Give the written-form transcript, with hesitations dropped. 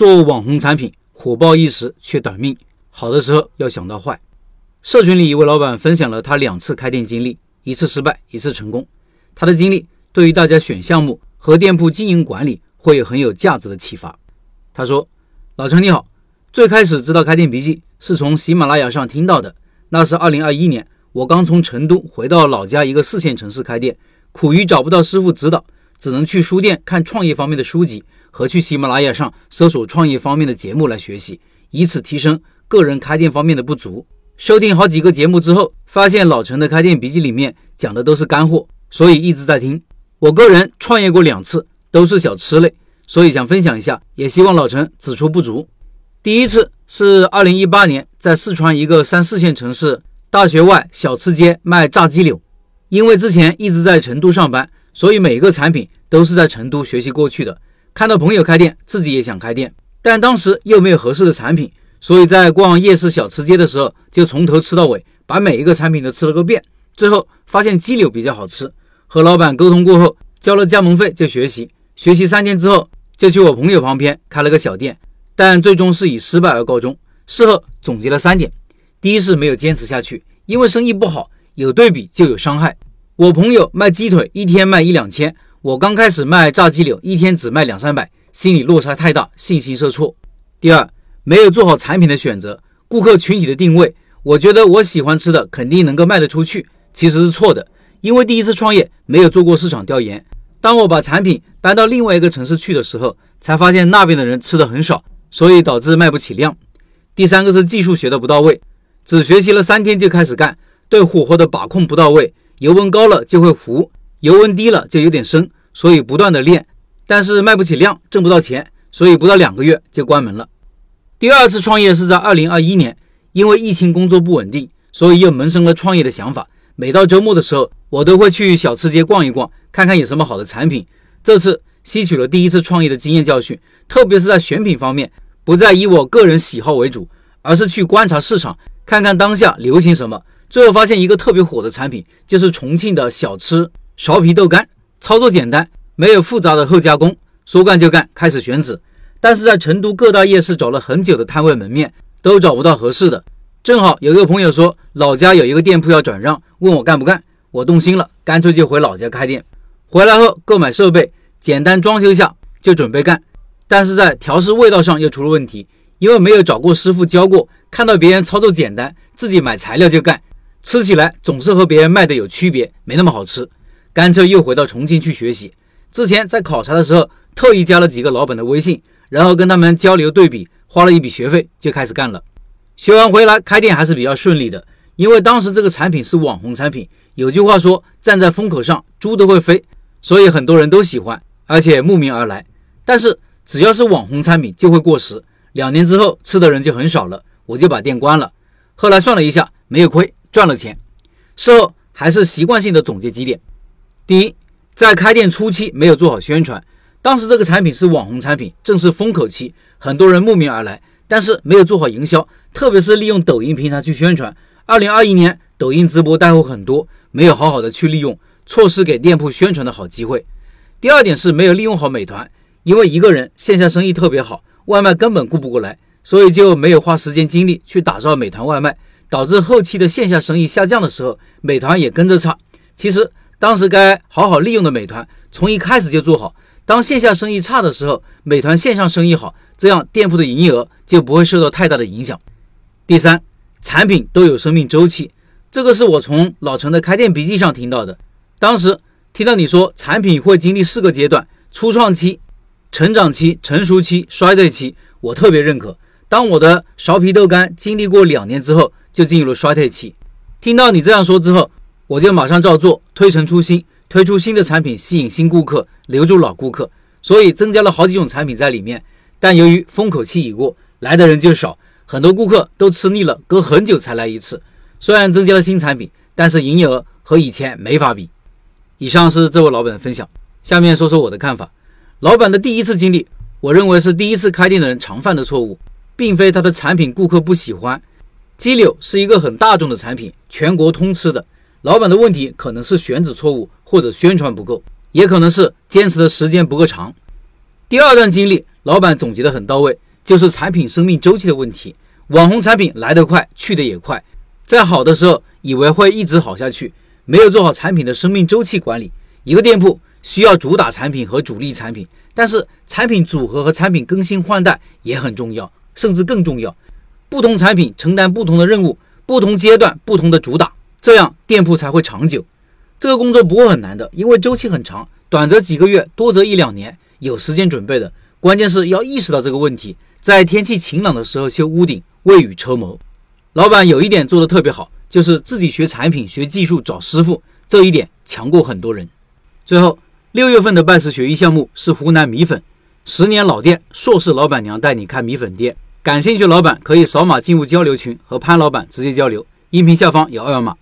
做网红产品火爆一时却短命，好的时候要想到坏。社群里一位老板分享了他2次开店经历，一次失败，一次成功。他的经历对于大家选项目和店铺经营管理会有很有价值的启发。他说，老陈你好，最开始知道开店笔记是从喜马拉雅上听到的，那是2021年，我刚从成都回到老家一个4线城市开店，苦于找不到师傅指导，只能去书店看创业方面的书籍和去喜马拉雅上搜索创业方面的节目来学习，以此提升个人开店方面的不足。收听好几个节目之后，发现老陈的开店笔记里面讲的都是干货，所以一直在听。我个人创业过2次，都是小吃类，所以想分享一下，也希望老陈指出不足。第一次是2018年在四川一个3、4线城市大学外小吃街卖炸鸡柳，因为之前一直在成都上班，所以每个产品都是在成都学习过去的，看到朋友开店，自己也想开店，但当时又没有合适的产品，所以在逛夜市小吃街的时候就从头吃到尾，把每一个产品都吃了个遍，最后发现鸡柳比较好吃，和老板沟通过后交了加盟费就学习3天之后就去我朋友旁边开了个小店，但最终是以失败而告终。事后总结了3点，第一是没有坚持下去，因为生意不好，有对比就有伤害。我朋友卖鸡腿一天卖1、2千，我刚开始卖炸鸡柳一天只卖2、300，心理落差太大，信心受挫。第二，没有做好产品的选择，顾客群体的定位，我觉得我喜欢吃的肯定能够卖得出去，其实是错的，因为第一次创业没有做过市场调研。当我把产品搬到另外一个城市去的时候，才发现那边的人吃的很少，所以导致卖不起量。第三个是技术学的不到位，只学习了3天就开始干，对火候的把控不到位，油温高了就会糊，油温低了就有点生，所以不断的练，但是卖不起量，挣不到钱，所以不到2个月就关门了。第二次创业是在2021年，因为疫情工作不稳定，所以又萌生了创业的想法。每到周末的时候，我都会去小吃街逛一逛，看看有什么好的产品。这次吸取了第一次创业的经验教训，特别是在选品方面，不再以我个人喜好为主，而是去观察市场，看看当下流行什么。最后发现一个特别火的产品，就是重庆的小吃苕皮豆干，操作简单，没有复杂的后加工，说干就干，开始选址。但是在成都各大夜市找了很久的摊位门面，都找不到合适的。正好有一个朋友说老家有一个店铺要转让，问我干不干，我动心了，干脆就回老家开店。回来后购买设备，简单装修下就准备干，但是在调试味道上又出了问题，因为没有找过师傅教过，看到别人操作简单，自己买材料就干，吃起来总是和别人卖的有区别，没那么好吃，干脆又回到重庆去学习。之前在考察的时候特意加了几个老板的微信，然后跟他们交流对比，花了一笔学费就开始干了。学完回来开店还是比较顺利的，因为当时这个产品是网红产品，有句话说站在风口上猪都会飞，所以很多人都喜欢，而且慕名而来。但是只要是网红产品就会过时，2年之后吃的人就很少了，我就把店关了。后来算了一下，没有亏，赚了钱。事后还是习惯性的总结几点。第一，在开店初期没有做好宣传，当时这个产品是网红产品，正是风口期，很多人慕名而来，但是没有做好营销，特别是利用抖音平台去宣传。2021年抖音直播带货很多，没有好好的去利用，错失给店铺宣传的好机会。第二点是没有利用好美团，因为一个人线下生意特别好，外卖根本顾不过来，所以就没有花时间精力去打造美团外卖，导致后期的线下生意下降的时候，美团也跟着差。其实当时该好好利用的美团，从一开始就做好，当线下生意差的时候，美团线上生意好，这样店铺的营业额就不会受到太大的影响。第三，产品都有生命周期，这个是我从老陈的开店笔记上听到的。当时听到你说产品会经历4个阶段，初创期、成长期、成熟期、衰退期，我特别认可。当我的苕皮豆干经历过2年之后，就进入了衰退期。听到你这样说之后，我就马上照做，推陈出新，推出新的产品，吸引新顾客，留住老顾客，所以增加了好几种产品在里面。但由于风口期已过，来的人就少，很多顾客都吃腻了，隔很久才来一次。虽然增加了新产品，但是营业额和以前没法比。以上是这位老板的分享，下面说说我的看法。老板的第一次经历，我认为是第一次开店的人常犯的错误，并非他的产品顾客不喜欢。鸡柳是一个很大众的产品，全国通吃的。老板的问题可能是选址错误，或者宣传不够，也可能是坚持的时间不够长。第二段经历，老板总结得很到位， 就是产品生命周期的问题。网红产品来得快，去得也快，在好的时候以为会一直好下去，没有做好产品的生命周期管理。一个店铺需要主打产品和主力产品，但是产品组合和产品更新换代也很重要，甚至更重要。不同产品承担不同的任务，不同阶段不同的主打，这样店铺才会长久。这个工作不会很难的，因为周期很长，短则几个月，多则1-2年，有时间准备的。关键是要意识到这个问题，在天气晴朗的时候修屋顶，未雨绸缪。老板有一点做得特别好，就是自己学产品学技术找师傅，这一点强过很多人。最后6月份的拜师学艺项目是湖南米粉，10年老店，硕士老板娘带你看米粉店。感兴趣老板可以扫码进入交流群，和潘老板直接交流，音频下方有2维码。